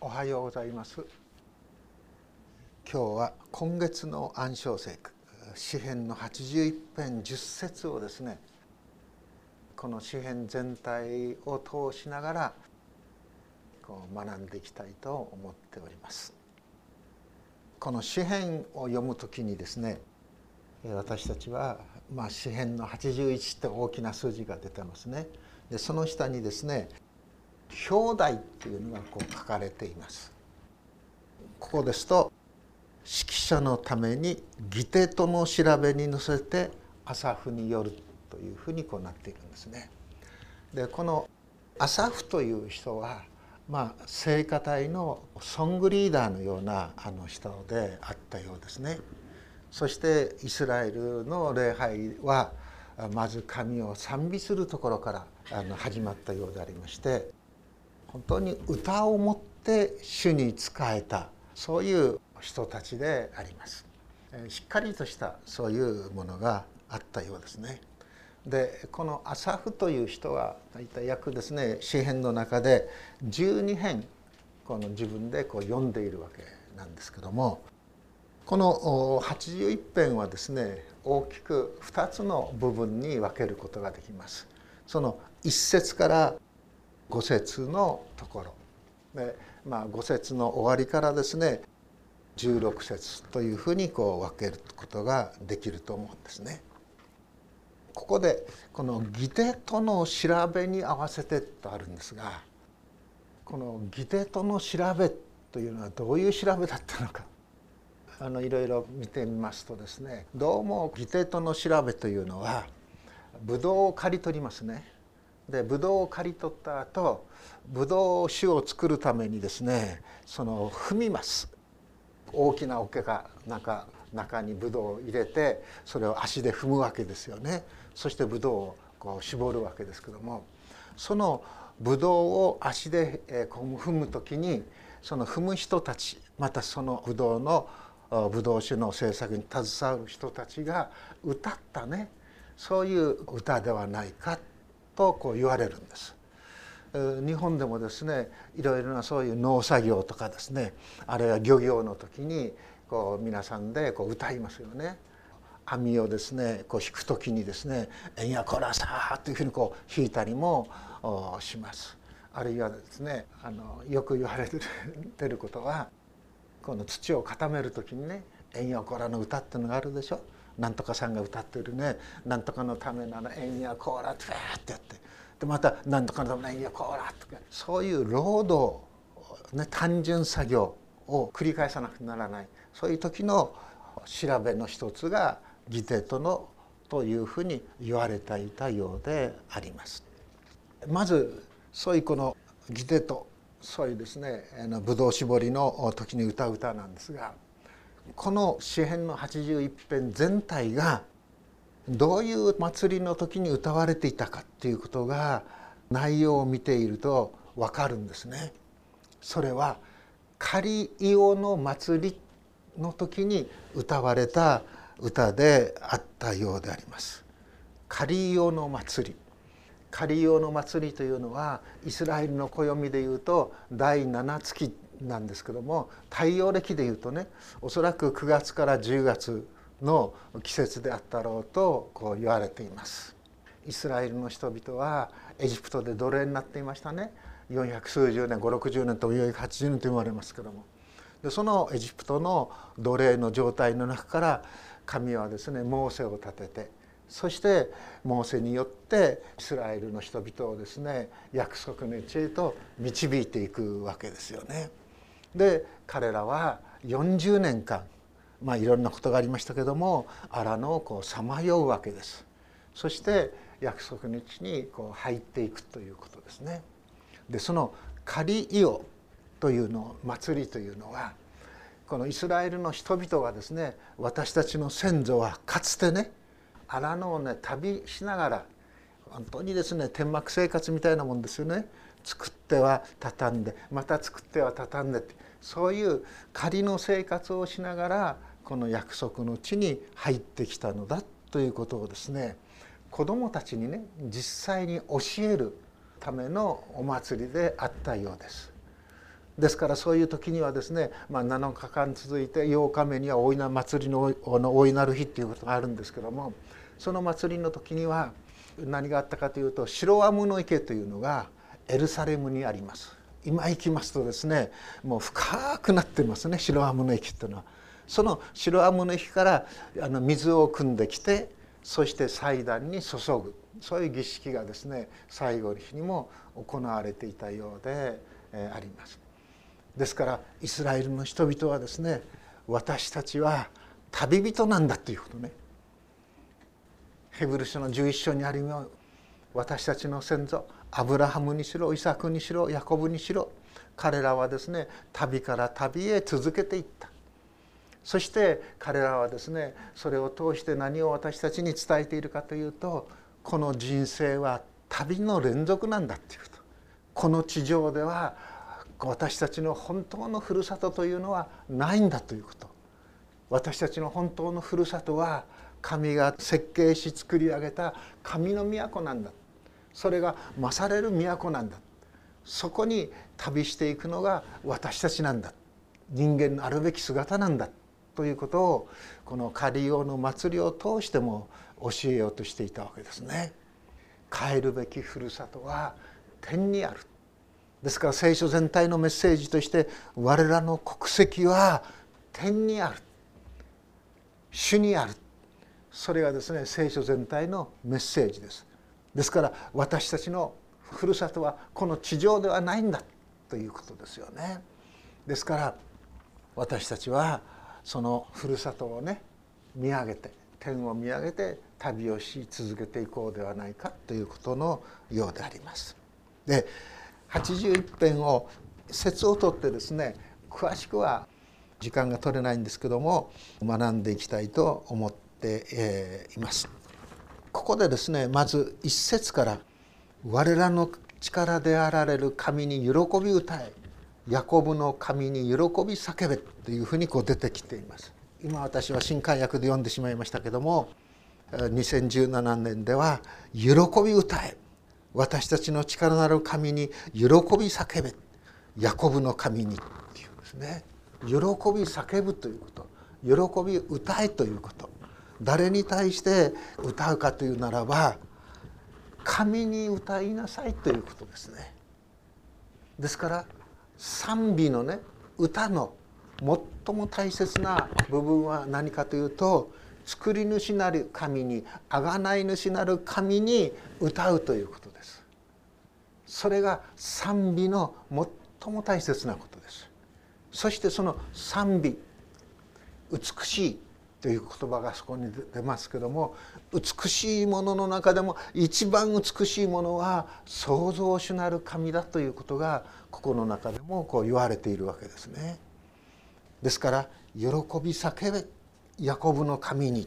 おはようございます。今日は今月の暗唱聖句詩編の81編10節をですね、この詩編全体を通しながら学んでいきたいと思っております。この詩編を読むときにですね、私たちは詩編の81って大きな数字が出てますね。でその下にですね、表題っていうのが書かれています。ここですと、識者のために義手との調べに乗せてアサフによるというふうになっているんですね。でこのアサフという人は、聖歌隊のソングリーダーのような人であったようですね。そしてイスラエルの礼拝はまず神を賛美するところから始まったようでありまして、本当に歌をもって主に仕えた、そういう人たちであります。しっかりとしたそういうものがあったようですね。でこのアサフという人は大体約ですね、詩編の中で12編自分で読んでいるわけなんですけども、この81編はですね、大きく2つの部分に分けることができます。その1節から5節のところで、5節の終わりからですね16節というふうに分けることができると思うんですね。ここでこの義手との調べに合わせてとあるんですが、この義手との調べというのはどういう調べだったのか、いろいろ見てみますとですね、どうも義手との調べというのはブドウを刈り取りますね。でブドウを刈り取った後、ブドウ酒を作るためにですね、踏みます。大きな桶が中にブドウを入れて、それを足で踏むわけですよね。そしてブドウを絞るわけですけども、そのブドウを足で踏む時に、その踏む人たち、またそのブドウ酒の制作に携わる人たちが歌ったね、そういう歌ではないかと言われるんです。日本でもですね、いろいろなそういう農作業とかですね、あるいは漁業の時に皆さんで歌いますよね。網をですね引く時にですね「えんやこらさ」というふうに引いたりもします。あるいはですね、よく言われてることは、この土を固める時にね「えんやこら」の歌っていうのがあるでしょ。なんとかさんが歌ってるね「なんとかのためならえんやこら」ってフーってやって、でまた「なんとかのためならえんやこら」とか、そういう労働、単純作業を繰り返さなくならない、そういう時の調べの一つが義手というふうに言われていたようであります。まずそういうこの義手と、そういうですねブドウ絞りの時に歌う歌なんですが、この詩編の81編全体がどういう祭りの時に歌われていたかっていうことが内容を見ていると分かるんですね。それはカリイオの祭りの時に歌われた歌であったようであります。カリイオの祭り、カリイオの祭りというのはイスラエルの暦でいうと第7月なんですけども、太陽暦でいうとね、おそらく9月から10月の季節であったろうと言われています。イスラエルの人々はエジプトで奴隷になっていましたね。400数十年、560年と480年と言われますけども、でそのエジプトの奴隷の状態の中から神はですねモーセを立てて、そしてモーセによってイスラエルの人々をですね約束の地へと導いていくわけですよね。で彼らは40年間、いろんなことがありましたけども、荒野をさまようわけです。そして約束の地に入っていくということですね。でそのカリイオという祭りというのは、このイスラエルの人々がですね、私たちの先祖はかつてね荒野を旅しながら、本当にですね天幕生活みたいなもんですよね。作っては畳んで、また作っては畳んでって、そういう仮の生活をしながらこの約束の地に入ってきたのだということをですね、子どもたちにね実際に教えるためのお祭りであったようです。 ですからそういう時にはですね、7日間続いて8日目には大いな祭りの大いなる日っていうことがあるんですけども、その祭りの時には何があったかというと、シロアムの池というのがエルサレムにあります。今行きますとですね、もう深くなってますね、シロアムの池というのは。そのシロアムの池から水を汲んできて、そして祭壇に注ぐ、そういう儀式がですね、最後の日にも行われていたようであります。ですからイスラエルの人々はですね、私たちは旅人なんだということね。ヘブル書の11章にあるように、私たちの先祖アブラハムにしろイサクにしろヤコブにしろ、彼らはですね、旅から旅へ続けていった。そして彼らはですね、それを通して何を私たちに伝えているかというと、この人生は旅の連続なんだということ。この地上では私たちの本当のふるさとというのはないんだということ。私たちの本当のふるさとは神が設計し作り上げた神の都なんだ。それが勝れる都なんだ。そこに旅していくのが私たちなんだ。人間のあるべき姿なんだということを、このカリオの祭りを通しても教えようとしていたわけですね。帰るべきふるさとは天にある。ですから聖書全体のメッセージとして、我らの国籍は天にある、主にある、それがですね、聖書全体のメッセージです。ですから私たちのふるさとはこの地上ではないんだということですよね。ですから私たちはそのふるさとをね、見上げて、天を見上げて旅をし続けていこうではないかということのようであります。で、81編を節を取ってですね、詳しくは時間が取れないんですけども、学んでいきたいと思っています。ここでですね、まず一節から「我らの力であられる神に喜び歌え、ヤコブの神に喜び叫べ」というふうに出てきています。今私は新海訳で読んでしまいましたけども、2017年では「喜び歌え、私たちの力なる神に喜び叫べ、ヤコブの神に」っていうんですね。喜び叫ぶということ、喜び歌えということ、誰に対して歌うかというならば、神に歌いなさいということですね。ですから賛美のね、歌の最も大切な部分は何かというと、作り主なる神に、贖い主なる神に歌うということです。それが賛美の最も大切なことです。そしてその賛美、美しいという言葉がそこに出ますけども、美しいものの中でも一番美しいものは創造主なる神だということが、ここの中でも言われているわけですね。ですから喜び叫べ、ヤコブの神に、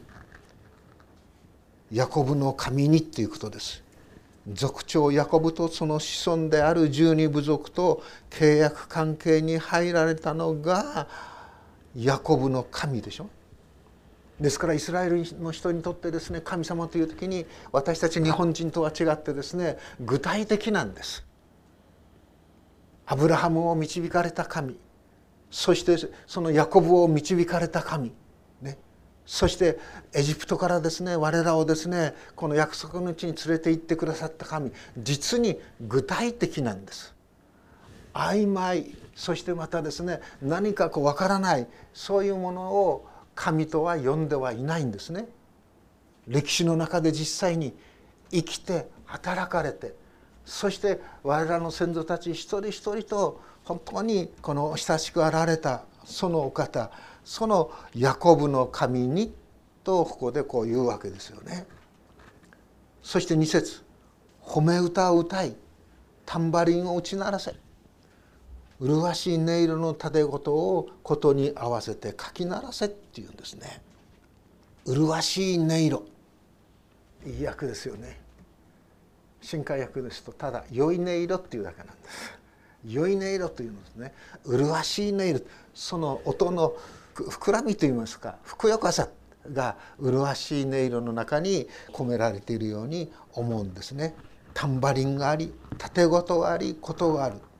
ヤコブの神にということです。族長ヤコブとその子孫である12部族と契約関係に入られたのがヤコブの神でしょ。ですからイスラエルの人にとってですね、神様という時に私たち日本人とは違ってですね、具体的なんです。アブラハムを導かれた神、そしてそのヤコブを導かれた神ね、そしてエジプトからですね、我らをですね、この約束の地に連れて行ってくださった神、実に具体的なんです。曖昧、そしてまたですね、何かわからない、そういうものを神とは呼んではいないんですね。歴史の中で実際に生きて働かれて、そして我らの先祖たち一人一人と本当にこの親しくあられたそのお方、そのヤコブの神にとここで言うわけですよね。そして2節、褒め歌を歌い、タンバリンを打ち鳴らせ、麗しい音色の盾事をことに合わせて書き鳴らせっていうんですね。麗しい音色、いい訳ですよね。新海訳ですとただ良い音色っていうだけなんです。良い音色というのですね。麗しい音色、その音の膨らみといいますか、ふくよかさが麗しい音色の中に込められているように思うんですね。タンバリンがあり、盾事があり、琴がある。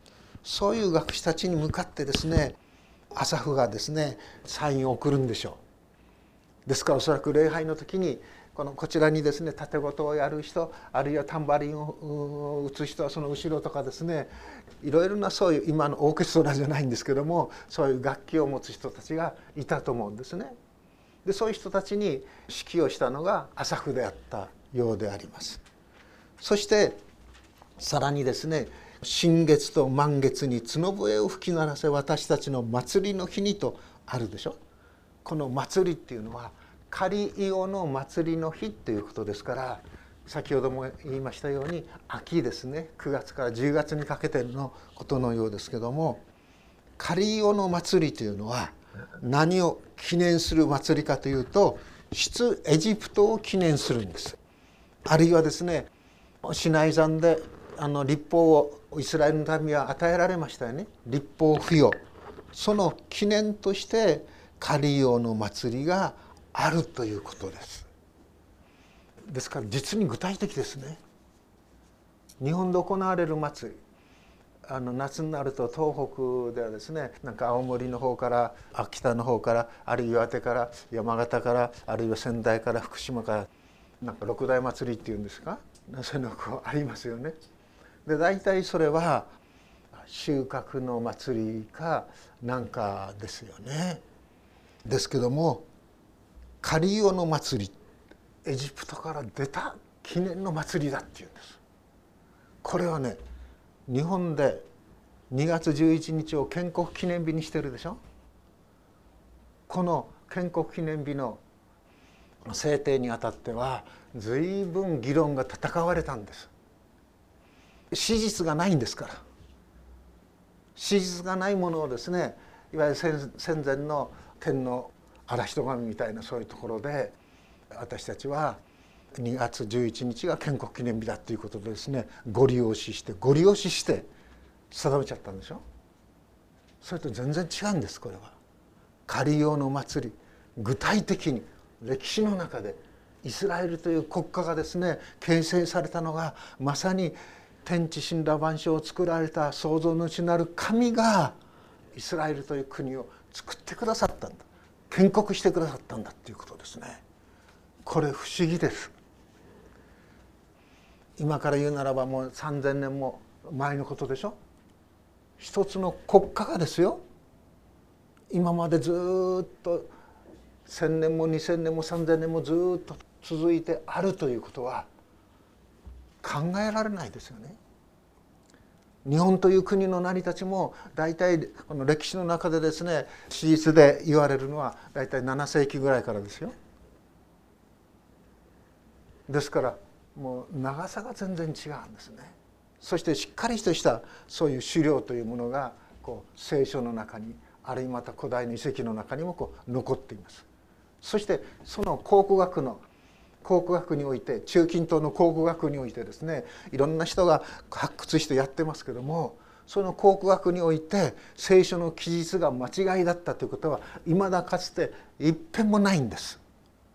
そういう学士たちに向かってですね、アサフがですねサインを送るんでしょう。ですからおそらく礼拝の時にこちらにですね盾事をやる人、あるいはタンバリンを打つ人はその後ろとかですね、いろいろなそういう今のオーケストラじゃないんですけども、そういう楽器を持つ人たちがいたと思うんですね。でそういう人たちに指揮をしたのがアサフであったようであります。そしてさらにですね、新月と満月に角笛を吹き鳴らせ私たちの祭りの日にとあるでしょ。この祭りっていうのはカリイオの祭りの日ということですから、先ほども言いましたように秋ですね、9月から10月にかけてのことのようですけども、カリイオの祭りというのは何を記念する祭りかというと、出エジプトを記念するんです。あるいはですね、シナイ山で律法をイスラエルの民は与えられましたよね。律法付与、その記念としてカリイオの祭りがあるということです。ですから実に具体的ですね。日本で行われる祭り、夏になると東北ではですね、なんか青森の方から秋田の方から、あるいは岩手から山形から、あるいは仙台から福島から、なんか六大祭りっていうんですか、そういうのがありますよね。で大体それは収穫の祭りかなんかですよね。ですけどもカリイオの祭り、エジプトから出た記念の祭りだっていうんです。これはね、日本で2月11日を建国記念日にしてるでしょ。この建国記念日の制定にあたっては随分議論が戦われたんです。史実がないんですから。史実がないものをですね、いわゆる戦前の天皇荒人神みたいなそういうところで、私たちは2月11日が建国記念日だということでですね、ご利用しして定めちゃったんでしょ。それと全然違うんです。これはカリイオの祭り、具体的に歴史の中でイスラエルという国家がですね形成されたのが、まさに天地神羅万象を作られた創造主なる神がイスラエルという国を作ってくださったんだ、建国してくださったんだということですね。これ不思議です。今から言うならばもう3000年も前のことでしょ。一つの国家がですよ、今までずっと1000年も2000年も3000年もずっと続いてあるということは考えられないですよね。日本という国の成り立ちも大体この歴史の中でですね、史実で言われるのは大体7世紀ぐらいからですよ。ですからもう長さが全然違うんですね。そしてしっかりとしたそういう資料というものが聖書の中に、あるいはまた古代の遺跡の中にも残っています。そしてその考古学において、中近東の考古学においてですね、いろんな人が発掘してやってますけども、その考古学において聖書の記述が間違いだったということはいまだかつて一遍もないんです。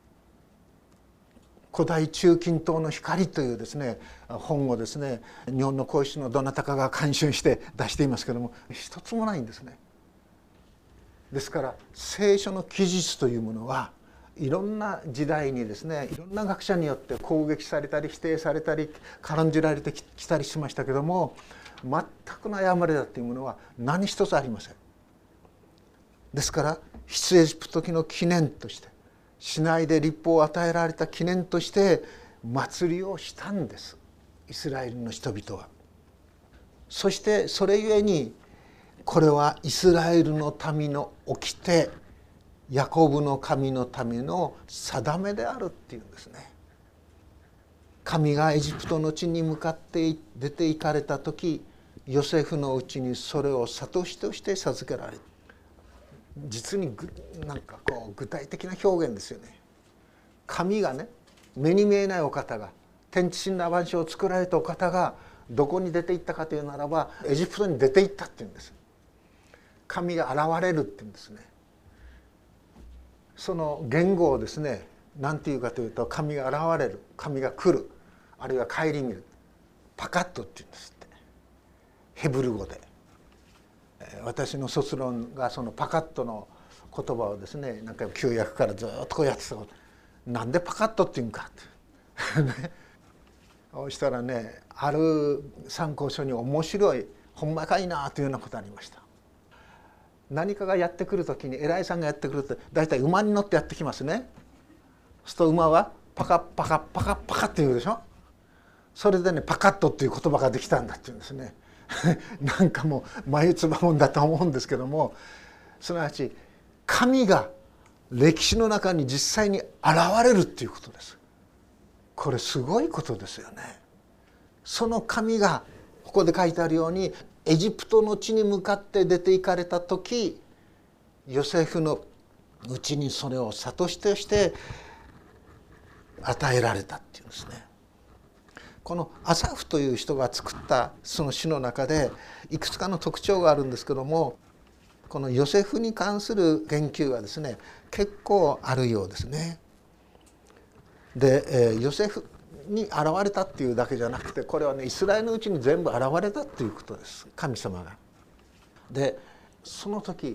古代中近東の光というですね本をですね、日本の皇室のどなたかが監修して出していますけども、一つもないんですね。ですから聖書の記述というものはいろんな時代にですね、いろんな学者によって攻撃されたり否定されたり軽んじられてきたりしましたけども、全くの誤りだというものは何一つありません。ですから出エジプト記の記念として、シナイで律法を与えられた記念として祭りをしたんです、イスラエルの人々は。そしてそれゆえにこれはイスラエルの民の掟、ヤコブの神のための定めであるっていうんですね。神がエジプトの地に向かって出て行かれた時、ヨセフのうちにそれを諭しとして授けられた。実になんか具体的な表現ですよね。神がね、目に見えないお方が、天地神羅万象を作られたお方がどこに出て行ったかというならば、エジプトに出て行ったっていうんです。神が現れるっていうんですね。その言語をですね、何て言うかというと、神が現れる、神が来る、あるいは顧みる、パカッとっていうんですって、ヘブル語で。 私の卒論がそのパカッとの言葉をですね、なんか旧約からずっとこうやってたこと、なんでパカッとって言うんかってね、そうしたらね、ある参考書に面白い、ほんまかいなというようなことありました。何かがやってくる時に、偉いさんがやってくると大体馬に乗ってやってきますね。そうすると馬はパカッパカッパカッパカッって言うでしょ。それでね、パカッとっていう言葉ができたんだって言うんですね。なんかもう眉唾もんだと思うんですけども、すなわち神が歴史の中に実際に現れるっていうことです。これすごいことですよね。その神がここで書いてあるようにエジプトの地に向かって出て行かれた時、ヨセフのうちにそれを諭しとして与えられたっていうんですね。このアサフという人が作ったその詩の中でいくつかの特徴があるんですけども、このヨセフに関する言及がですね、結構あるようですね。で、ヨセフに現れたっていうだけじゃなくて、これはね、イスラエルのうちに全部現れたっていうことです、神様が。でその時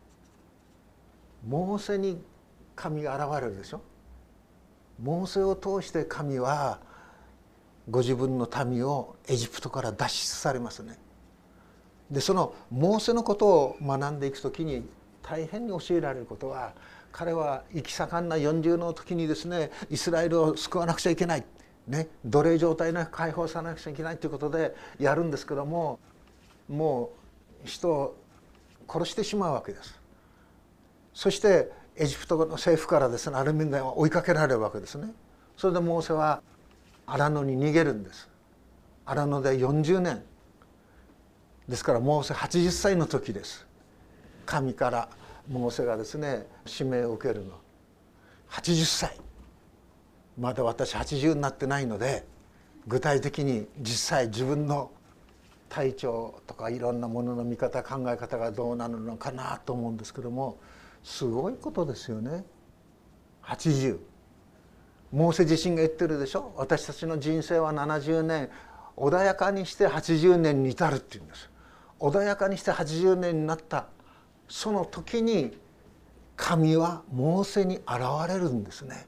モーセに神が現れるでしょ。モーセを通して神はご自分の民をエジプトから脱出されますね。でそのモーセのことを学んでいくときに大変に教えられることは、彼は生き盛んな40の時にですね、イスラエルを救わなくちゃいけない、ね、奴隷状態なく解放さなくちゃいけないということでやるんですけども、もう人を殺してしまうわけです。そしてエジプトの政府からですね、アルミンは追いかけられるわけですね。それでモーセは荒野に逃げるんです。荒野で40年ですから、モーセ80歳の時です。神からモーセがですね指名を受けるの80歳。まだ私80になってないので、具体的に実際自分の体調とかいろんなものの見方考え方がどうなるのかなと思うんですけども、すごいことですよね。80。モーセ自身が言ってるでしょ。私たちの人生は70年、穏やかにして80年に至るっていうんです。穏やかにして80年になったその時に神はモーセに現れるんですね。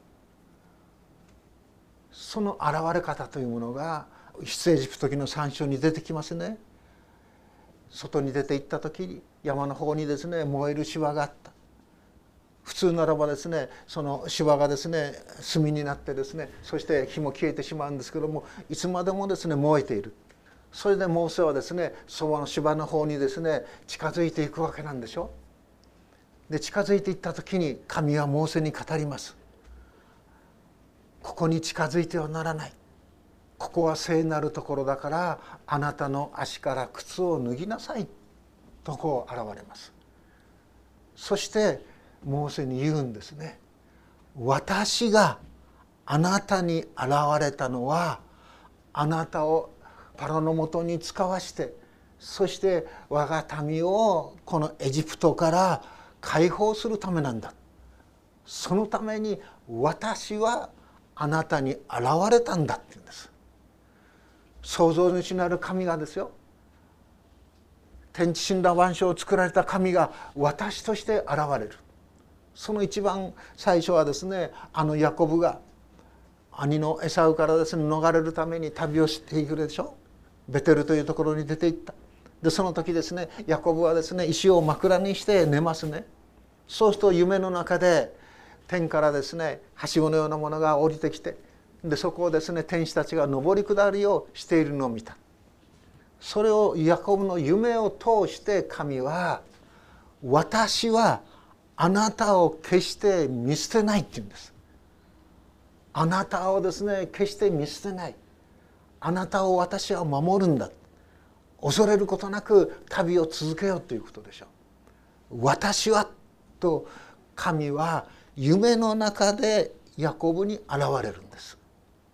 その現れ方というものが出エジプト記の3章に出てきますね。外に出て行った時に山の方にですね燃える柴があった。普通ならばですね、その柴がですね炭になってですね、そして火も消えてしまうんですけども、いつまでもですね燃えている。それでモーセはですねそばの柴の方にですね近づいていくわけなんでしょ。で近づいていった時に神はモーセに語ります。ここに近づいてはならない。ここは聖なるところだから、あなたの足から靴を脱ぎなさいとこう現れます。そしてモーセに言うんですね。私があなたに現れたのは、あなたをパロのもとに使わして、そして我が民をこのエジプトから解放するためなんだ。そのために私はあなたに現れたんだって言うんです。創造主なる神がですよ、天地神羅万象を作られた神が私として現れる。その一番最初はですね、ヤコブが兄のエサウからですね逃れるために旅をしていくでしょ。ベテルというところに出て行った。でその時ですね、ヤコブはですね石を枕にして寝ますね。そうすると夢の中で天からですねはしごのようなものが降りてきて、でそこをですね天使たちが上り下りをしているのを見た。それをヤコブの夢を通して神は、私はあなたを決して見捨てないって言うんです。あなたをですね決して見捨てない。あなたを私は守るんだ。恐れることなく旅を続けようということでしょう。私はと神は夢の中でヤコブに現れるんです。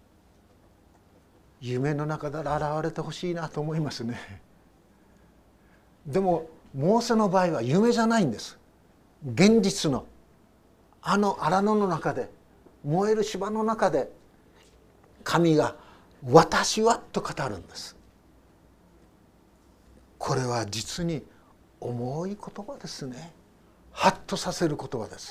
夢の中で現れてほしいなと思いますね。でもモーセの場合は夢じゃないんです。現実の荒野の中で、燃える芝の中で神が私はと語るんです。これは実に重い言葉ですね。ハッとさせる言葉です。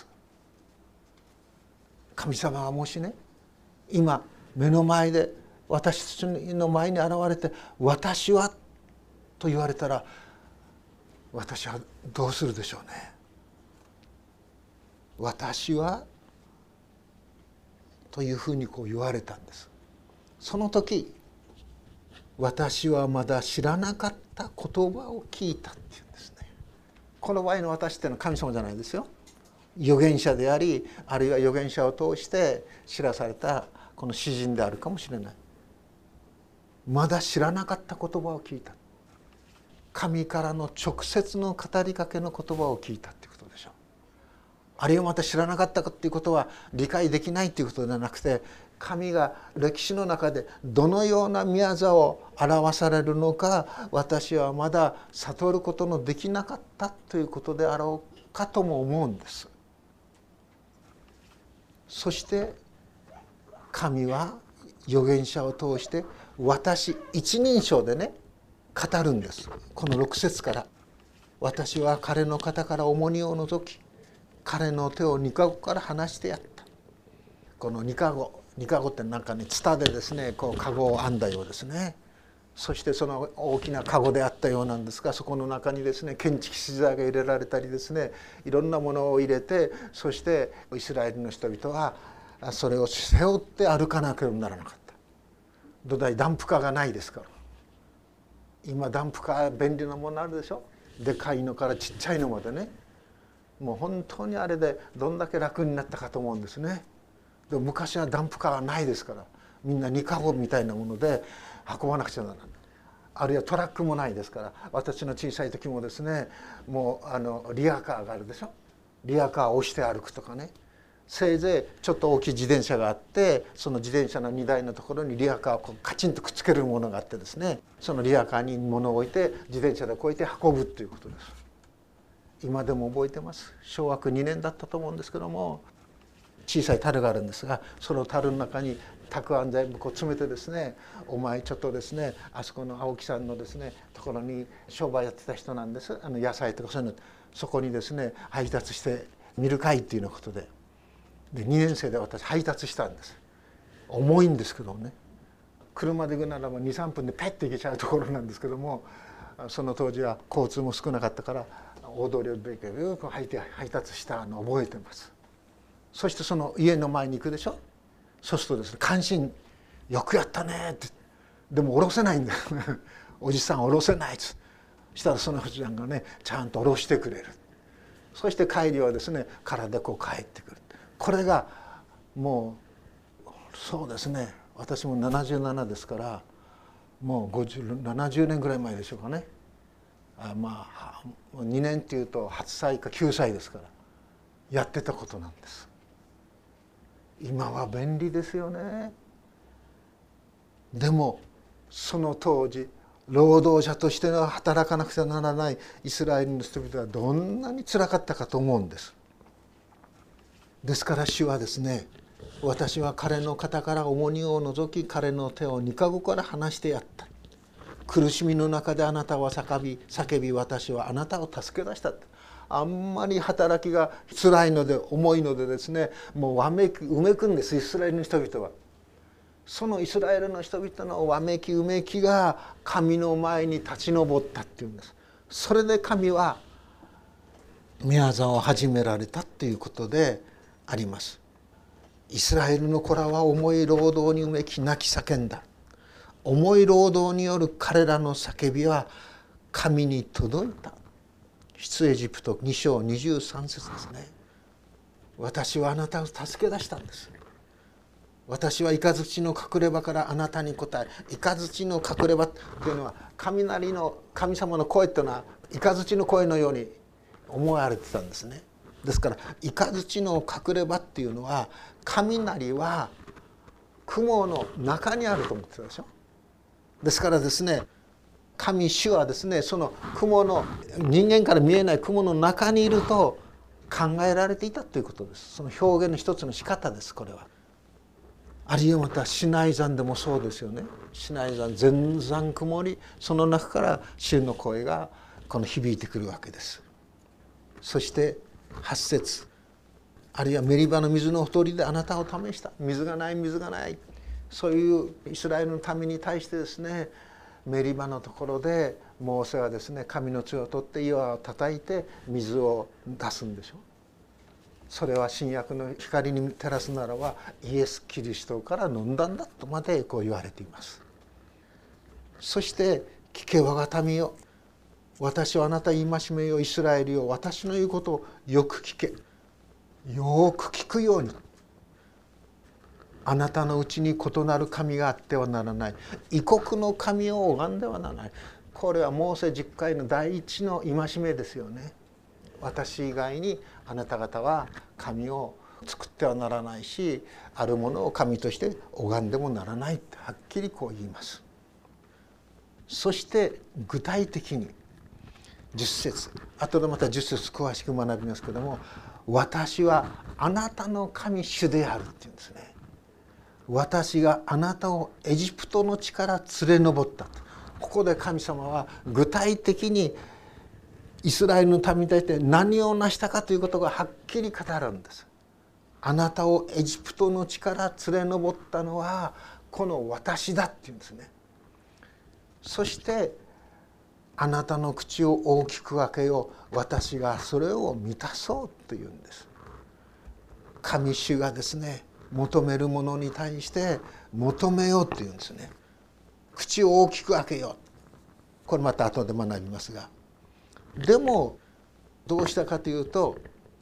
神様がもしね、今目の前で私たちの前に現れて「私は」と言われたら、私はどうするでしょうね。私はというふうにこう言われたんです。その時、私はまだ知らなかった言葉を聞いたっていうんですね。この場合の私っていうのは神様じゃないですよ。預言者であり、あるいは預言者を通して知らされたこの詩人であるかもしれない。まだ知らなかった言葉を聞いた。神からの直接の語りかけの言葉を聞いたということでしょう。あるいはまた知らなかったということは理解できないということではなくて、神が歴史の中でどのような御業を表されるのか、私はまだ悟ることのできなかったということであろうかとも思うんです。そして神は預言者を通して私一人称でね語るんです。この6節から「私は彼の肩から重荷を除き、彼の手を御籠から離してやった」。この御籠ってなんかね、ツタでですねこう籠を編んだようですね。そしてその大きな籠であったようなんですが、そこの中にですね建築資材が入れられたりですね、いろんなものを入れて、そしてイスラエルの人々はそれを背負って歩かなければならなかった。土台ダンプカーがないですから。今ダンプカー便利なものあるでしょ。でかいのからちっちゃいのまでね。もう本当にあれでどんだけ楽になったかと思うんですね。でも昔はダンプカーはないですから、みんな荷籠みたいなもので運ばなくちゃならない。あるいはトラックもないですから、私の小さい時もですね、もうリアカーがあるでしょ。リアカーを押して歩くとかね。せいぜいちょっと大きい自転車があって、その自転車の荷台のところにリアカーをこうカチンとくっつけるものがあってですね、そのリアカーに物を置いて自転車でこうやって運ぶということです。今でも覚えてます。小学2年だったと思うんですけども、小さい樽があるんですが、その樽の中にたくあん全部こう詰めてですね、お前ちょっとですね、あそこの青木さんのですねところに商売やってた人なんです、野菜とかそういうの、そこにですね配達してみるかいっていうようなことで、2年生で私配達したんです。重いんですけどね、車で行くならば 2,3 分でペッと行けちゃうところなんですけども、その当時は交通も少なかったから大通りをベーよく配達したのを覚えてます。そしてその家の前に行くでしょ。そうするとですね、感心「よくやったね」って。でも下ろせないんだよおじさん下ろせないっつ。したらそのおじさんがねちゃんと下ろしてくれる。そして帰りはですね体でこう帰ってくる。これがもうそうですね、私も77ですから、もう70年ぐらい前でしょうかね。まあ2年っていうと8歳か9歳ですからやってたことなんです。今は便利ですよね。でもその当時労働者としては働かなくてはならないイスラエルの人々はどんなにつらかったかと思うんです。ですから主はですね、私は彼の肩から重荷を除き、彼の手を御籠から離してやった。苦しみの中であなたは叫び私はあなたを助け出した。あんまり働きが辛いので重いのでですね、もううめくんです、イスラエルの人々は。そのイスラエルの人々のわめきうめきが神の前に立ち上ったっていうんです。それで神は御業を始められたということであります。イスラエルの子らは重い労働にうめき泣き叫んだ。重い労働による彼らの叫びは神に届いた。出エジプト2章23節ですね。私はあなたを助け出したんです。私は雷の隠れ場からあなたに答え。雷の隠れ場っていうのは雷の神様の声っていうのは雷の声のように思われてたんですね。ですから雷の隠れ場っていうのは、雷は雲の中にあると思ってたでしょ。ですからですね、神主はですね、その雲の人間から見えない雲の中にいると考えられていたということです。その表現の一つの仕方です、これは。あるいはまたシナイ山でもそうですよね。シナイ山全山曇り、その中から主の声がこの響いてくるわけです。そして8節、あるいはメリバの水のほとりであなたを試した。水がない水がない、そういうイスラエルの民に対してですね、メリバのところでモーセはですね、神の杖を取って岩を叩いて水を出すんでしょう。それは新約の光に照らすならばイエス・キリストから飲んだんだとまでこう言われています。そして聞け我が民よ、私はあなた戒めよ、イスラエルよ、私の言うことをよく聞け。よく聞くように。あなたのうちに異なる神があってはならない。異国の神を拝んではならない。これはモーセ10回の第一の戒めですよね。私以外にあなた方は神を作ってはならないし、あるものを神として拝んでもならないってはっきりこう言います。そして具体的に10節、後でまた10節詳しく学びますけども、私はあなたの神主であるっていうんですね。私があなたをエジプトの地から連れ上ったと。ここで神様は具体的にイスラエルの民に対して何を成したかということがはっきり語るんです。あなたをエジプトの地から連れ上ったのはこの私だっていうんですね。そしてあなたの口を大きく開けよう、私がそれを満たそうというんです。神主がですね、求めるものに対して求めようっていうんですね。口を大きく開けよう、これまた後で学びますが、でもどうしたかというと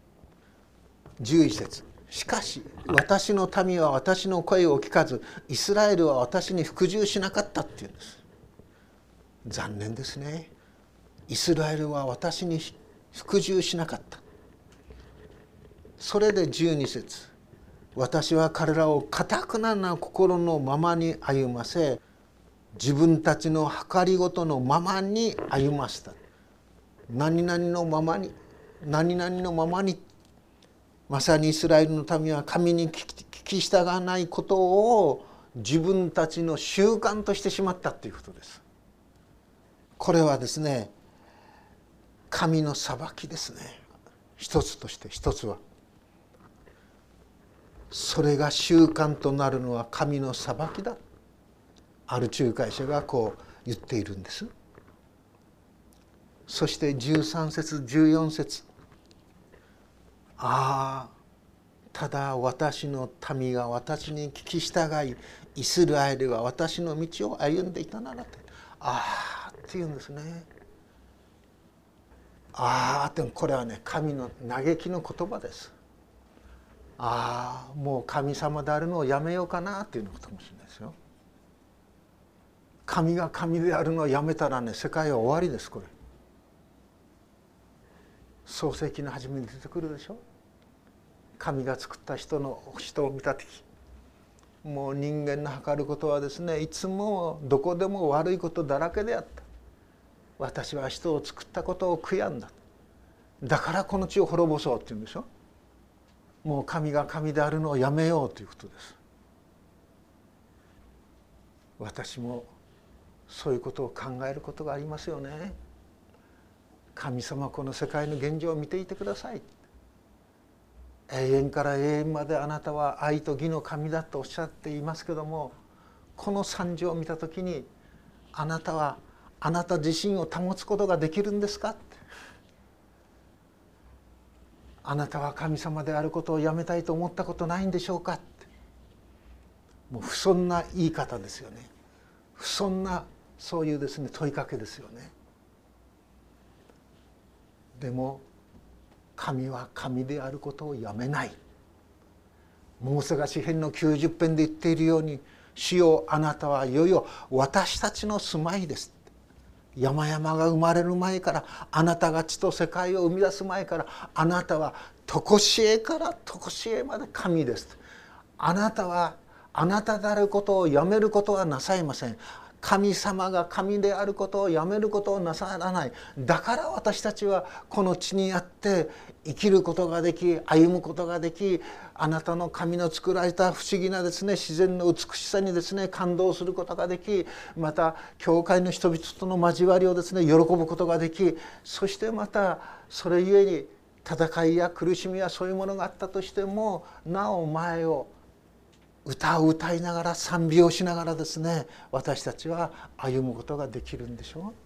11節、しかし私の民は私の声を聞かず、イスラエルは私に服従しなかったっていうんです。残念ですね。イスラエルは私に服従しなかった。それで12節、私は彼らを堅くなな心のままに歩ませ、自分たちの計りごとのままに歩ませた。何々のままに、何々のままに、まさにイスラエルの民は神に聞き従わないことを自分たちの習慣としてしまったということです。これはですね、神の裁きですね。一つとして、一つはそれが習慣となるのは神の裁きだ、ある仲介者がこう言っているんです。そして13節14節、ああ、ただ私の民が私に聞き従い、イスラエルが私の道を歩んでいたならって、ああっていうんですね。ああって、これはね、神の嘆きの言葉です。ああ、もう神様であるのをやめようかなっていうことかもしれないですよ。神が神であるのをやめたらね、世界は終わりです。これ創世記の初めに出てくるでしょ。神が作った人を見た時、もう人間の計ることはですね、いつもどこでも悪いことだらけであった。私は人を作ったことを悔やんだ。だからこの地を滅ぼそうって言うんでしょ。もう神が神であるのをやめようということです。私もそういうことを考えることがありますよね。神様、この世界の現状を見ていてください。永遠から永遠まであなたは愛と義の神だとおっしゃっていますけども、この惨状を見たときに、あなたはあなた自身を保つことができるんですかって。あなたは神様であることをやめたいと思ったことないんでしょうかって。もう不遜な言い方ですよね。不遜なそういうですね、問いかけですよね。でも神は神であることをやめない。モーセが詩編の90編で言っているように、主よ、あなたはいよいよ私たちの住まいです。山々が生まれる前から、あなたが地と世界を生み出す前から、あなたは常しえから常しえまで神です。あなたはあなたであることをやめることはなさいません。 神様が神であることをやめることをなさらない。だから私たちはこの地にあって生きることができ、歩むことができ、あなたの神の作られた不思議なですね、自然の美しさにですね感動することができ、また教会の人々との交わりをですね喜ぶことができ、そしてまたそれゆえに戦いや苦しみやそういうものがあったとしてもなお前を歌を歌いながら賛美をしながらですね私たちは歩むことができるんでしょ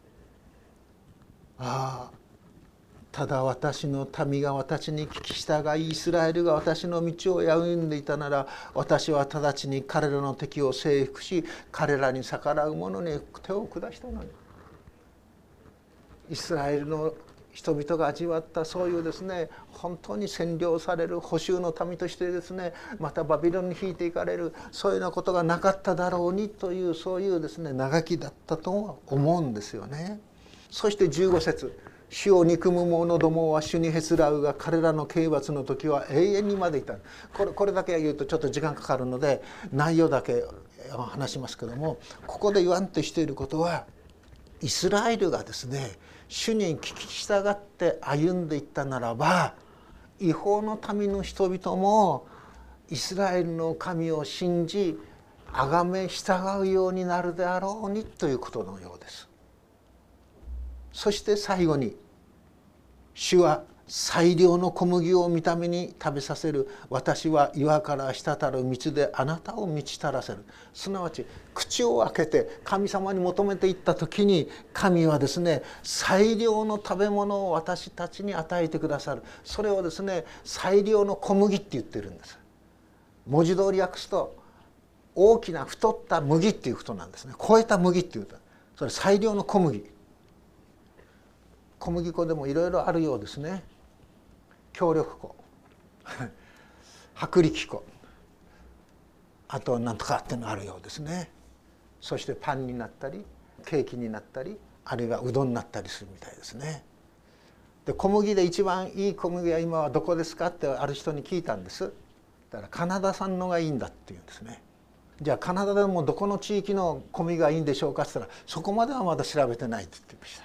う。ああ、ただ私の民が私に聞き従いイスラエルが私の道を歩んでいたなら、私は直ちに彼らの敵を征服し彼らに逆らう者に手を下したのに。イスラエルの人々が味わったそういうですね本当に占領される捕囚の民としてですねまたバビロンに引いていかれるそういうようなことがなかっただろうにというそういうですね嘆きだったとは思うんですよね。そして15節、主を憎む者どもは主にへつらうが彼らの刑罰の時は永遠にまでいた。これだけ言うとちょっと時間かかるので内容だけ話しますけども、ここで言わんとしていることはイスラエルがですね主に聞き従って歩んでいったならば異邦の民の人々もイスラエルの神を信じ崇め従うようになるであろうにということのようです。そして最後に主は最良の小麦を見た目に食べさせる。私は岩から滴る水であなたを満ちたらせる。すなわち口を開けて神様に求めていった時に神はですね最良の食べ物を私たちに与えてくださる。それをですね最良の小麦って言ってるんです。文字通り訳すと大きな太った麦っていうことなんですね。超えた麦っていうとそれ最良の小麦。小麦粉でもいろいろあるようですね。強力粉薄力粉、あと何とかっていうのがあるようですね。そしてパンになったりケーキになったりあるいはうどんになったりするみたいですね。で小麦で一番いい小麦は今はどこですかってある人に聞いたんです。だからカナダ産のがいいんだっていうんですね。じゃあカナダでもどこの地域の小麦がいいんでしょうかって言ったらそこまではまだ調べてないって言ってました。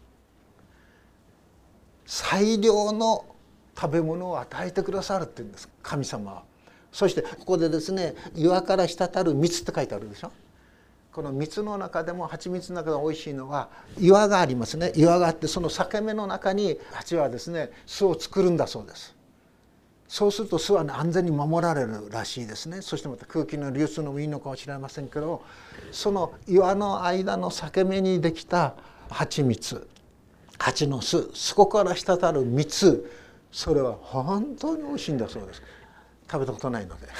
最良の食べ物を与えてくださるって言うんです神様は。そしてここでですね岩から滴る蜜って書いてあるでしょ。この蜜の中でも蜂蜜の中で美味しいのは岩がありますね。岩があってその裂け目の中に蜂はですね巣を作るんだそうです。そうすると巣は、ね、安全に守られるらしいですね。そしてまた空気の流通のもいいのかもしれませんけど、その岩の間の裂け目にできた蜂蜜、蜂の巣、そこから滴る蜜、それは本当に美味しいんだそうです。食べたことないので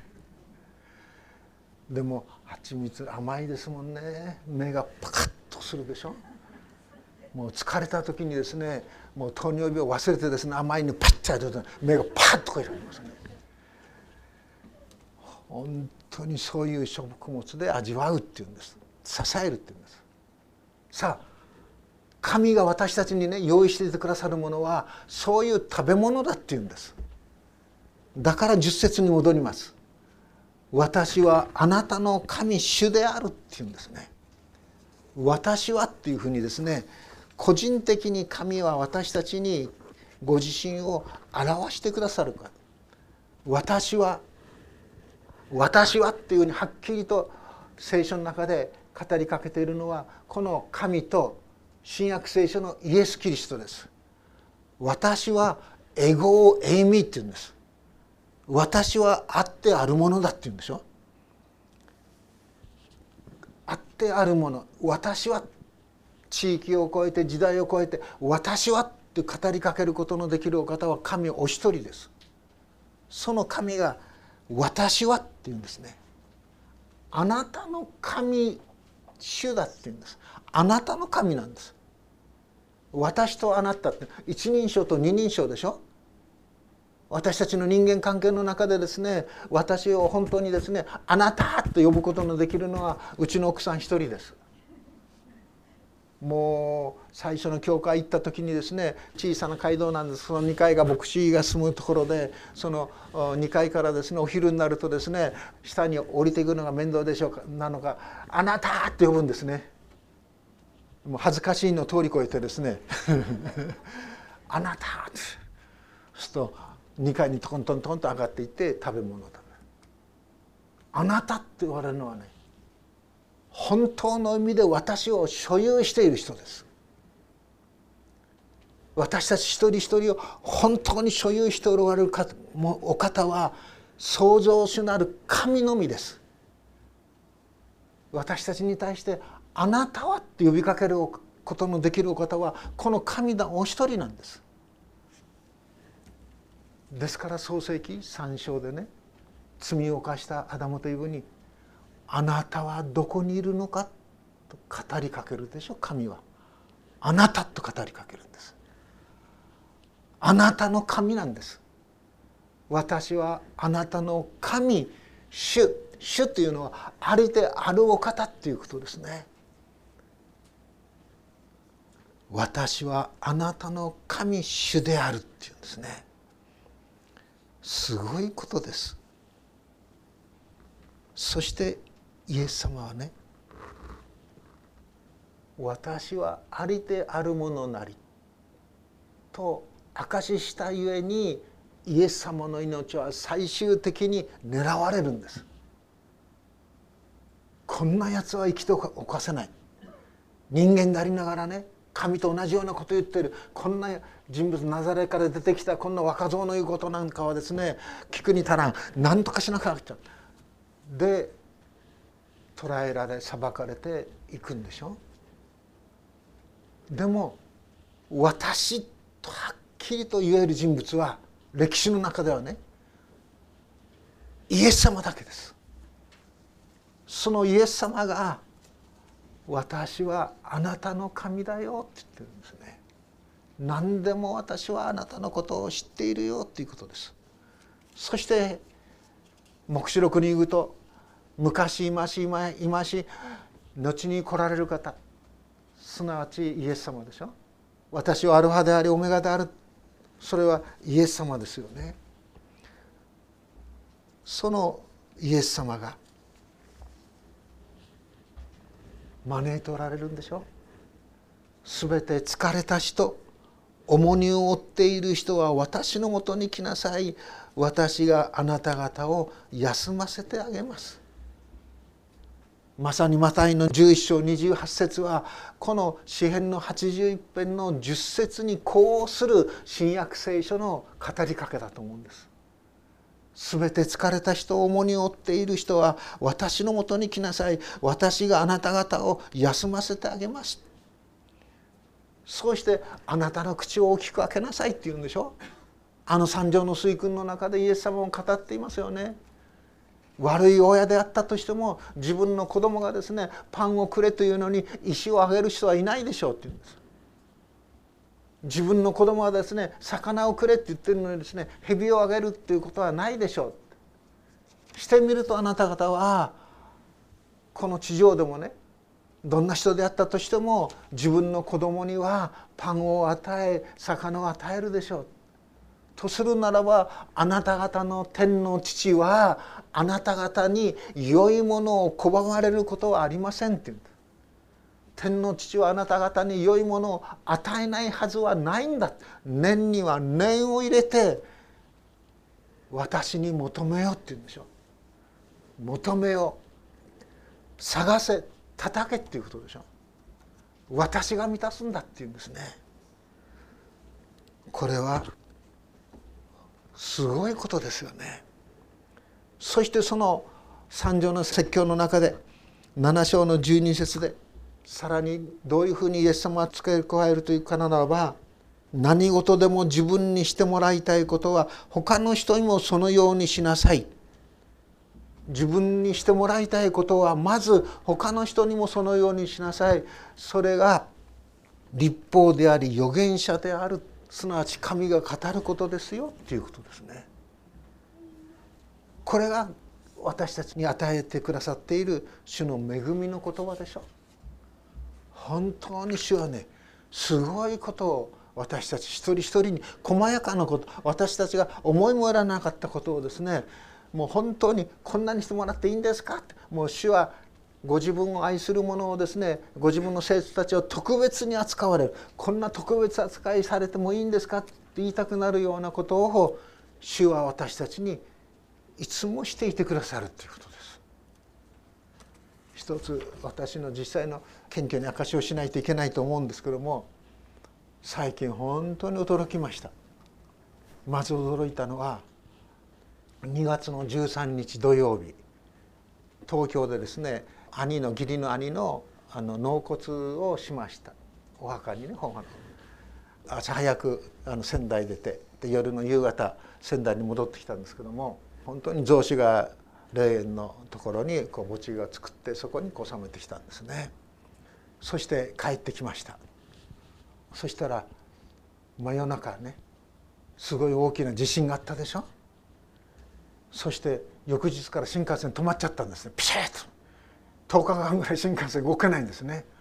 でも蜂蜜甘いですもんね。目がパカッとするでしょ。もう疲れた時にですねもう糖尿病を忘れてですね甘いのパッとやると目がパッとこうやりますね。本当にそういう食物で味わうっていうんです。支えるっていうんです。さあ神が私たちにね用意していてくださるものはそういう食べ物だっていうんです。だから10節に戻ります。私はあなたの神主であるっていうんですね。私はっていうふうにですね個人的に神は私たちにご自身を表してくださるから。私はっていうふうにはっきりと聖書の中で語りかけているのはこの神と新約聖書のイエス・キリストです。私はエゴーエイミーって言うんです。私はあってあるものだって言うんでしょ。あってあるもの、私は地域を超えて時代を超えて私はって語りかけることのできるお方は神お一人です。その神が私はって言うんですね。あなたの神主だって言うんです。あなたの神なんです。私とあなたって一人称と二人称でしょ。私たちの人間関係の中でですね私を本当にですねあなたと呼ぶことのできるのはうちの奥さん一人です。 もう最初の教会行った時にですね、小さな街道なんです。その2階が牧師が住むところで、その2階からですね、お昼になるとですね、下に降りていくのが面倒でしょうかなのか、あなたって呼ぶんですね。もう恥ずかしいのを通り越えてですねあなたって、そうすると2階にトントントンと上がっていって食べ物を食べる。あなたって言われるのはね、本当の意味で私を所有している人です。私たち一人一人を本当に所有しておられるお方は創造主なる神のみです。私たちに対して「あなたは」って呼びかけることのできるお方はこの神だお一人なんです。ですから創世記3章でね、罪を犯したアダムとイブに「あなたはどこにいるのか」と語りかけるでしょ。神はあなたと語りかけるんです。あなたの神なんです。私はあなたの神、主というのはありであるお方っていうことですね。私はあなたの神、主であるっていうんですね。すごいことです。そしてイエス様はね、私はありであるものなりと証ししたゆえに、イエス様の命は最終的に狙われるんです。こんなやつは生きておかせない。人間でありながらね、神と同じようなことを言っているこんな人物、ナザレから出てきたこんな若造の言うことなんかはですね、聞くに足らん、何とかしなきゃなっちゃう。で捕らえられ裁かれていくんでしょ。でも私とはっきりと言える人物は歴史の中ではね、イエス様だけです。そのイエス様が私はあなたの神だよって言ってるんですね。何でも私はあなたのことを知っているよっていうことです。そして黙示録に言うと、昔今し後に来られる方、すなわちイエス様でしょ。私はアルファでありオメガである、それはイエス様ですよね。そのイエス様が招いておられるんでしょ。すべて疲れた人、重荷を負っている人は私のもとに来なさい。私があなた方を休ませてあげます。まさにマタイの11章28節はこの詩編の81編の10節にこうする新約聖書の語りかけだと思うんです。すべて疲れた人、重荷を負っている人は私のもとに来なさい。私があなた方を休ませてあげます。そうしてあなたの口を大きく開けなさいって言うんでしょ。あの三条の水訓の中でイエス様も語っていますよね。悪い親であったとしても自分の子供がですね、パンをくれというのに石をあげる人はいないでしょうって言うんです。自分の子供はですね、魚をくれって言ってるのにですね、蛇をあげるっていうことはないでしょう。してみるとあなた方はこの地上でもね、どんな人であったとしても自分の子供にはパンを与え魚を与えるでしょう。とするならばあなた方の天の父はあなた方に良いものを拒まれることはありませんって言うんです。天の父はあなた方に良いものを与えないはずはないんだ。念には念を入れて私に求めようって言うんでしょ。求めよう、探せ、叩けっていうことでしょ。私が満たすんだっていうんですね。これはすごいことですよね。そしてその三条の説教の中で7章の12節でさらにどういうふうにイエス様は付け加えるというかならば、何事でも自分にしてもらいたいことは他の人にもそのようにしなさい。自分にしてもらいたいことはまず他の人にもそのようにしなさい。それが律法であり預言者である、すなわち神が語ることですよっていうことですね。これが私たちに与えてくださっている主の恵みの言葉でしょ。 本当に主はね、すごいことを私たち一人一人に、細やかなこと、私たちが思いもよらなかったことをですね、もう本当にこんなにしてもらっていいんですかって、もう主はご自分を愛する者をですね、ご自分の生徒たちを特別に扱われる、こんな特別扱いされてもいいんですかって言いたくなるようなことを主は私たちにいつもしていてくださるということです。一つ私の実際の謙虚に証しをしないといけないと思うんですけども、最近本当に驚きました。まず驚いたのは2月の13日土曜日、東京でですね、義理の兄の納骨をしました。お墓にね、朝早く仙台出て、で夜の夕方仙台に戻ってきたんですけども、本当に雑司が霊園のところに墓地が作って、そこに納めてきたんですね。そして帰ってきました。そしたら真夜中ね、すごい大きな地震があったでしょ。そして翌日から新幹線止まっちゃったんですね。ピシッと10日間ぐらい新幹線動けないんですね。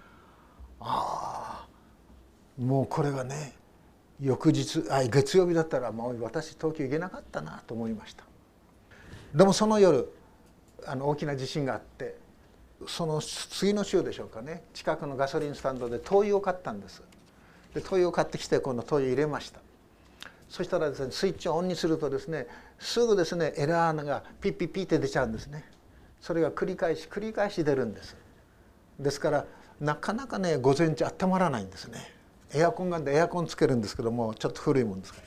もうこれがね、月曜日だったらもう私東京行けなかったなと思いました。でもその夜大きな地震があって、その次の週でしょうかね、近くのガソリンスタンドで灯油を買ったんです。で灯油を買ってきて、今度灯油入れました。そしたらですね、スイッチをオンにするとですね、すぐですねエラーがピッピッピッって出ちゃうんですね。それが繰り返し出るんです。ですからなかなかね、午前中温まらないんですね。エアコンがあってエアコンつけるんですけども、ちょっと古いもんですから、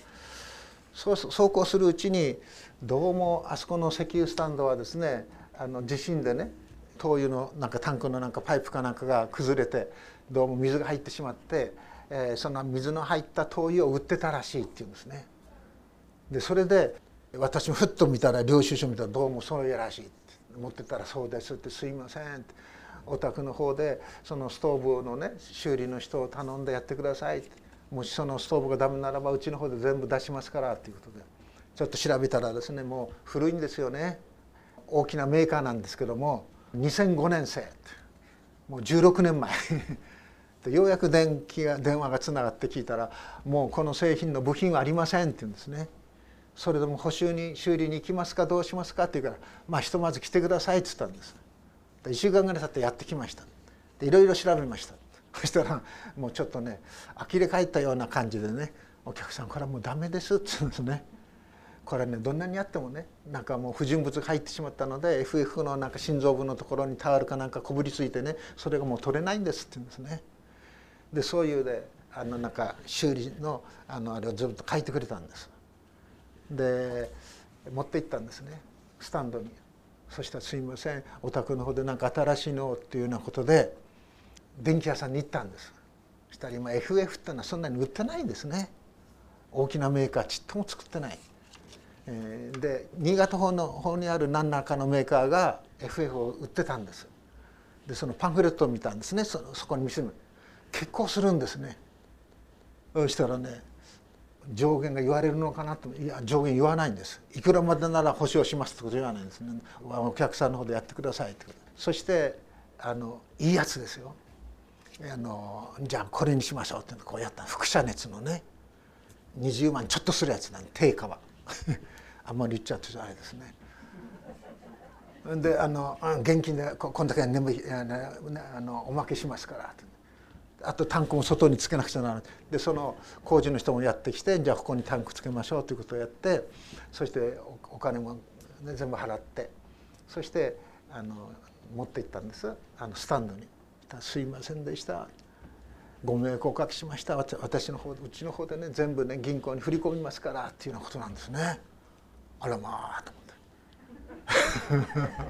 そうこうするうちに、どうもあそこの石油スタンドはですね、地震でね、灯油のタンクのパイプかなんかが崩れて、どうも水が入ってしまって、その水の入った灯油を売ってたらしいっていうんですね。でそれで私もふっと見たら、領収書見たら、どうもそうやらしいって持ってたら、そうですって、すいませんって、お宅の方でそのストーブのね修理の人を頼んでやってくださいって、もしそのストーブがダメならばうちの方で全部出しますからっていうことで、ちょっと調べたらですね、もう古いんですよね。大きなメーカーなんですけども、2005年製、もう16年前でようやく電話がつながって聞いたら、もうこの製品の部品はありませんって言うんですね。それでも修理に行きますか、どうしますかって言うから、ひとまず来てくださいって言ったんです。で1週間ぐらい経ってやってきました。でいろいろ調べました。そしたらもうちょっとね、呆れ返ったような感じでね、お客さんこれはもうダメですって言うんですね。これね、どんなにやってもね、もう不純物が入ってしまったので、 FF の心臓部のところにタオルかこぶりついてね、それがもう取れないんですって言うんですね。でそういうで修理のあれをずっと書いてくれたんです。で持って行ったんですね、スタンドに。そしたら「すいません、お宅の方で新しいの」っていうようなことで電気屋さんに行ったんです。そしたら今 FF ってのはそんなに売ってないんですね。大きなメーカーちっとも作ってない。で新潟の方にある何らかのメーカーが FF を売ってたんです。でそのパンフレットを見たんですね。そこに見せる。結構するんですね。そしたらね、上限が言われるのかなと。いや、上限言わないんです。いくらまでなら保証しますってこと言わないんですね。お客さんの方でやってくださいってこと。そしていいやつですよ。じゃあこれにしましょうってこうやった。輻射熱のね、20万ちょっとするやつなんで、定価はあんまり言っちゃうとあれですね。で現金でこんだけおまけしますからって。あとタンクも外につけなくちゃならない。でその工事の人もやってきて、じゃあここにタンクつけましょうということをやって、そしてお金も、ね、全部払って、そして持って行ったんです、スタンドに。すいませんでした、ご迷惑をおかけしました、私の方で、うちの方でね全部ね銀行に振り込みますからっていうようなことなんですね。あらまあと思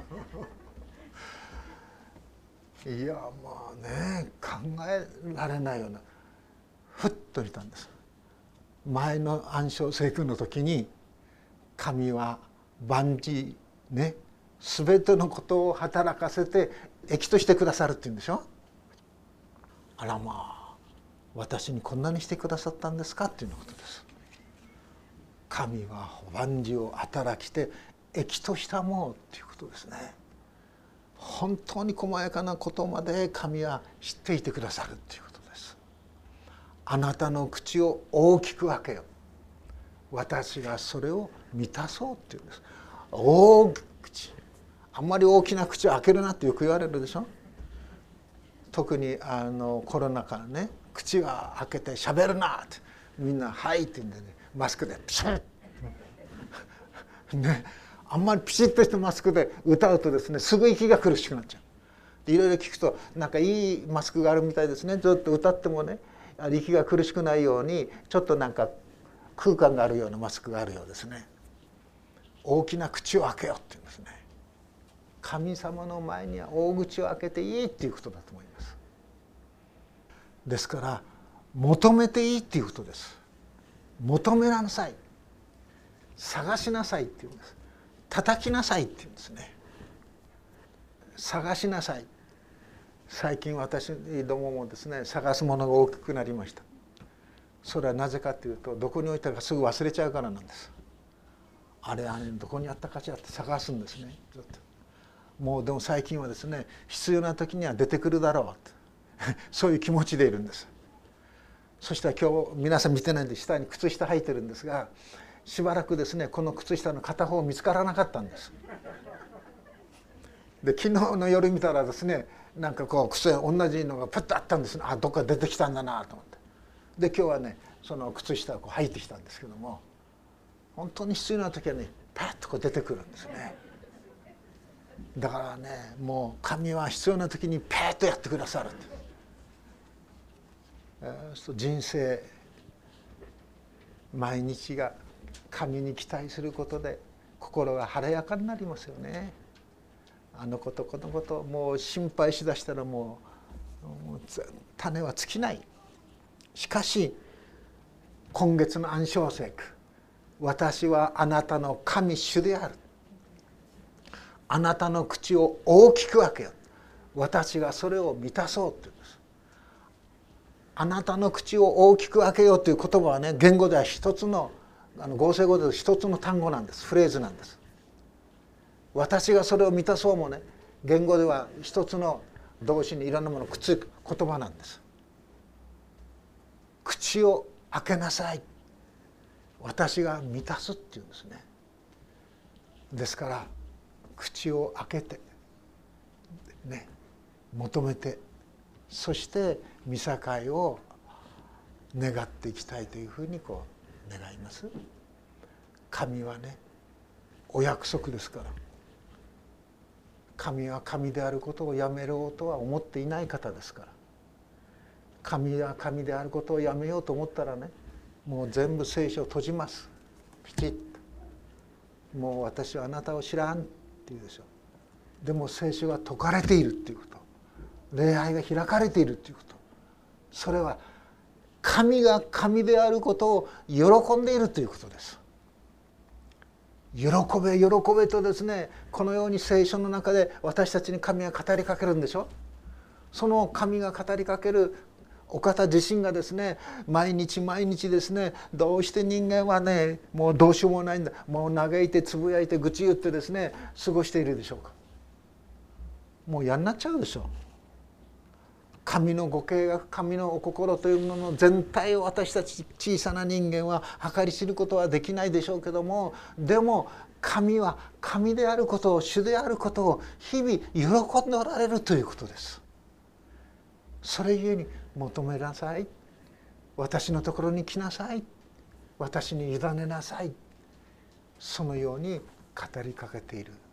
っていやまあね、考えられないような、ふっと見たんです。前の暗唱聖句の時に神は万事ね、全てのことを働かせて益としてくださるっていうんでしょ。あらまあ、私にこんなにしてくださったんですかっていうようなことです。神は万事を働きて益としたものっていうことですね。 本当に細やかなことまで神は知っていてくださるということです。あなたの口を大きく開けよ、私がそれを満たそうっていうんです。大口、あんまり大きな口を開けるなってよく言われるでしょ。特にコロナ禍ね、口は開けてしゃべるなってみんな「はい」って言うんでね、マスクでピシッね、あんまりピシッとしたマスクで歌うとですね、すぐ息が苦しくなっちゃう。いろいろ聞くとなんかいいマスクがあるみたいですね。ずっと歌ってもね、息が苦しくないようにちょっとなんか空間があるようなマスクがあるようですね。大きな口を開けよって言うんですね。神様の前には大口を開けていいっていうことだと思います。ですから求めていいっていうことです。求めなさい、探しなさいっていうんです。叩きなさいっていうんですね。探しなさい。最近私どももですね、探すものが大きくなりました。それはなぜかというと、どこに置いたかすぐ忘れちゃうからなんです。あれどこにあったかしらって探すんですね、ずっと。もうでも最近はですね、必要な時には出てくるだろうってそういう気持ちでいるんです。そしたら今日皆さん見てないんで下に靴下履いてるんですが、しばらくですねこの靴下の片方見つからなかったんです。で昨日の夜見たらですね、なんかこう靴同じのがパッとあったんですね。あ、どっか出てきたんだなと思って、で今日はねその靴下をこう履いてきたんですけども、本当に必要な時はねパッとこう出てくるんですね。だからね、もう神は必要な時にパッとやってくださる。人生毎日が神に期待することで心が晴れやかになりますよね。あのことこのこともう心配しだしたらもう種は尽きない。しかし今月の暗唱聖句、私はあなたの神主である、あなたの口を大きく開けよ、私がそれを満たそうというんです。あなたの口を大きく開けようという言葉はね、言語では一つの合成語で一つの単語なんです。フレーズなんです。私がそれを満たそうもね、言語では一つの動詞にいろんなものをくっつく言葉なんです。口を開けなさい、私が満たすっていうんですね。ですから口を開けてね、求めて、そして御境を願っていきたいというふうにこう願います。神はねお約束ですから。神は神であることをやめようとは思っていない方ですから。神は神であることをやめようと思ったらね、もう全部聖書を閉じます。ピチッと。もう私はあなたを知らんって言うでしょう。でも聖書が説かれているっていうこと、礼拝が開かれているっていうこと、それは神が神であることを喜んでいるということです。喜べ喜べとですね、このように聖書の中で私たちに神が語りかけるんでしょ。その神が語りかけるお方自身がですね、毎日毎日ですね、どうして人間はねもうどうしようもないんだ、もう嘆いてつぶやいて愚痴言ってですね過ごしているでしょうか。もう嫌になっちゃうでしょう。神のご計画、神のお心というものの全体を私たち小さな人間は計り知ることはできないでしょうけども、でも神は神であることを、主であることを日々喜んでおられるということです。それゆえに求めなさい、私のところに来なさい、私に委ねなさい、そのように語りかけている。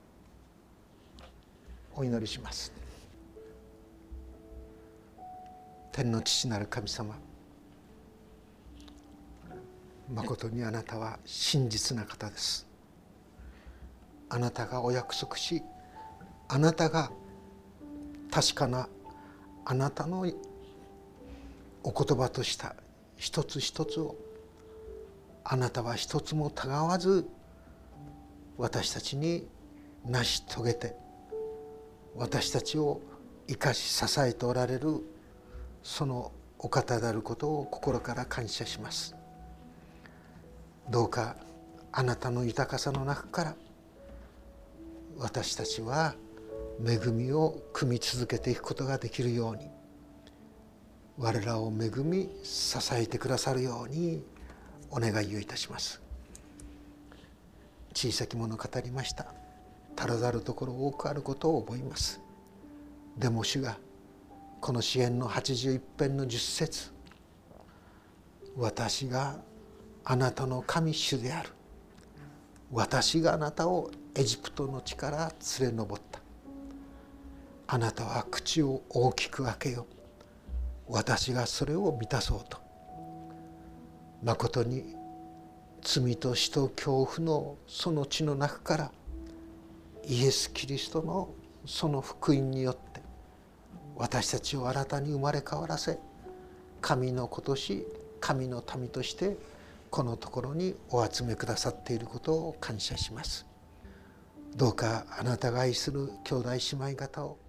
お祈りします。天の父なる神様、まことにあなたは真実な方です。あなたがお約束し、あなたが確かなあなたのお言葉とした一つ一つを、あなたは一つもたがわず私たちに成し遂げて、私たちを生かし支えておられるそのお方であることを心から感謝します。どうかあなたの豊かさの中から私たちは恵みを汲み続けていくことができるように、我らを恵み支えてくださるようにお願いをいたします。小さきもの語りました。足らざるところ多くあることを覚えます。でも主がこの詩編の81編の10節、私があなたの神主である、私があなたをエジプトの地から連れ上った、あなたは口を大きく開けよ、私がそれを満たそうと、まことに罪と死と恐怖のその地の中からイエス・キリストのその福音によって私たちを新たに生まれ変わらせ、神の子とし神の民としてこのところにお集めくださっていることを感謝します。どうかあなたが愛する兄弟姉妹方を